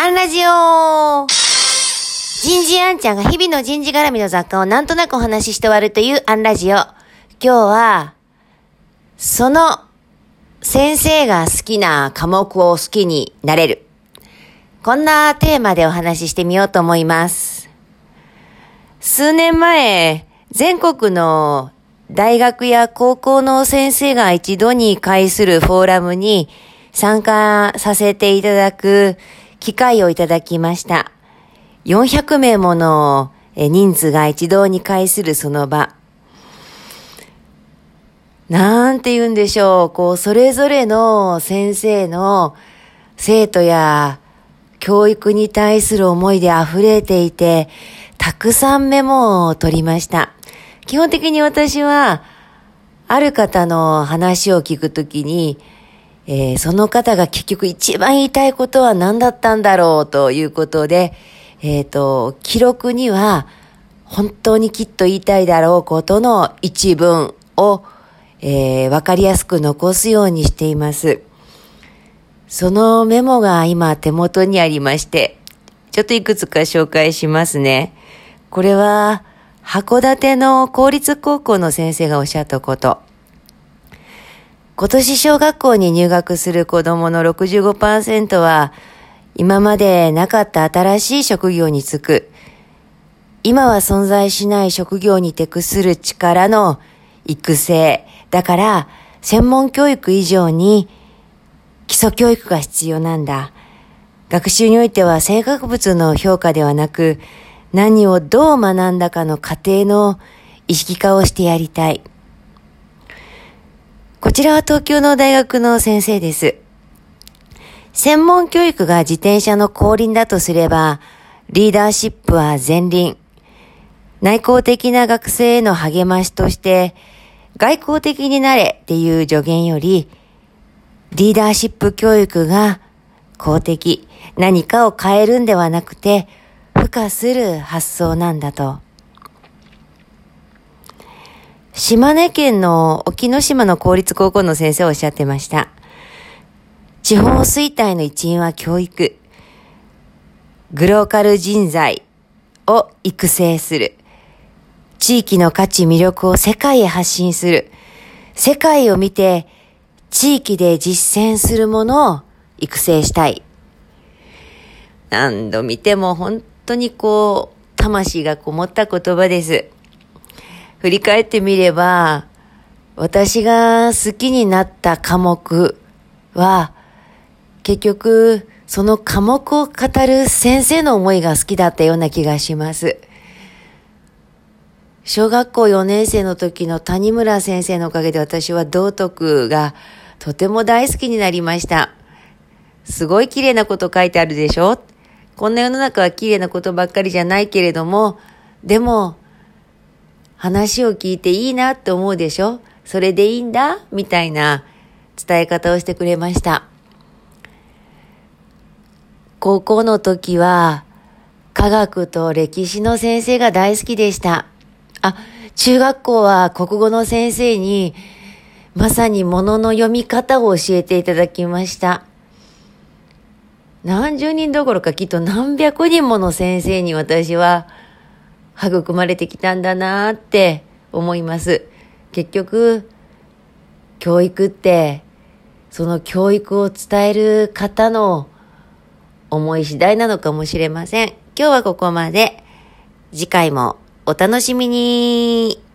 アンラジオ人事アンちゃんが日々の人事絡みの雑貨をなんとなくお話しして終わるというアンラジオ。今日は、その先生が好きな科目を好きになれる。こんなテーマでお話ししてみようと思います。数年前、全国の大学や高校の先生が一度に会するフォーラムに参加させていただく機会をいただきました。400名もの人数が一堂に会するその場。なんて言うんでしょう。それぞれの先生の生徒や教育に対する思いで溢れていて、たくさんメモを取りました。基本的に私は、ある方の話を聞くときに、その方が結局一番言いたいことは何だったんだろうということで、記録には本当にきっと言いたいだろうことの一文を、わかりやすく残すようにしています。そのメモが今手元にありまして、ちょっといくつか紹介しますね。これは函館の公立高校の先生がおっしゃったこと。今年小学校に入学する子供の 65% は今までなかった新しい職業に就く。今は存在しない職業に適する力の育成。だから専門教育以上に基礎教育が必要なんだ。学習においては成果物の評価ではなく、何をどう学んだかの過程の意識化をしてやりたい。こちらは東京の大学の先生です。専門教育が自転車の後輪だとすれば、リーダーシップは前輪。内向的な学生への励ましとして、外向的になれっていう助言より、リーダーシップ教育が公的。何かを変えるんではなくて、付加する発想なんだと。島根県の隠岐の島の公立高校の先生はおっしゃってました。地方衰退の一因は教育。グローカル人材を育成する。地域の価値魅力を世界へ発信する。世界を見て地域で実践するものを育成したい。何度見ても本当に魂がこもった言葉です。振り返ってみれば、私が好きになった科目は、結局、その科目を語る先生の思いが好きだったような気がします。小学校4年生の時の谷村先生のおかげで私は道徳がとても大好きになりました。すごい綺麗なこと書いてあるでしょ？こんな世の中は綺麗なことばっかりじゃないけれども、でも、話を聞いていいなって思うでしょ？それでいいんだみたいな伝え方をしてくれました。高校の時は科学と歴史の先生が大好きでした。中学校は国語の先生にまさに物の読み方を教えていただきました。何十人どころかきっと何百人もの先生に私は育まれてきたんだなーって思います。結局、教育って、その教育を伝える方の思い次第なのかもしれません。今日はここまで。次回もお楽しみに。